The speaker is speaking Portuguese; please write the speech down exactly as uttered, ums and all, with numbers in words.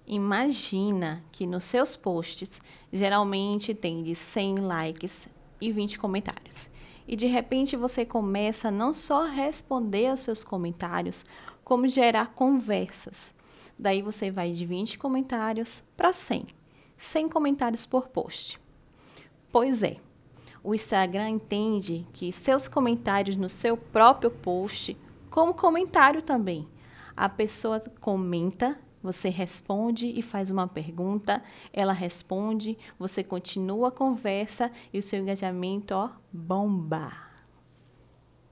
Imagina que nos seus posts geralmente tem de cem likes e vinte comentários. E de repente você começa não só a responder aos seus comentários, como gerar conversas. Daí você vai de vinte comentários para cem. cem comentários por post. Pois é, o Instagram entende que seus comentários no seu próprio post, como comentário também. A pessoa comenta, você responde e faz uma pergunta, ela responde, você continua a conversa e o seu engajamento, ó, bomba.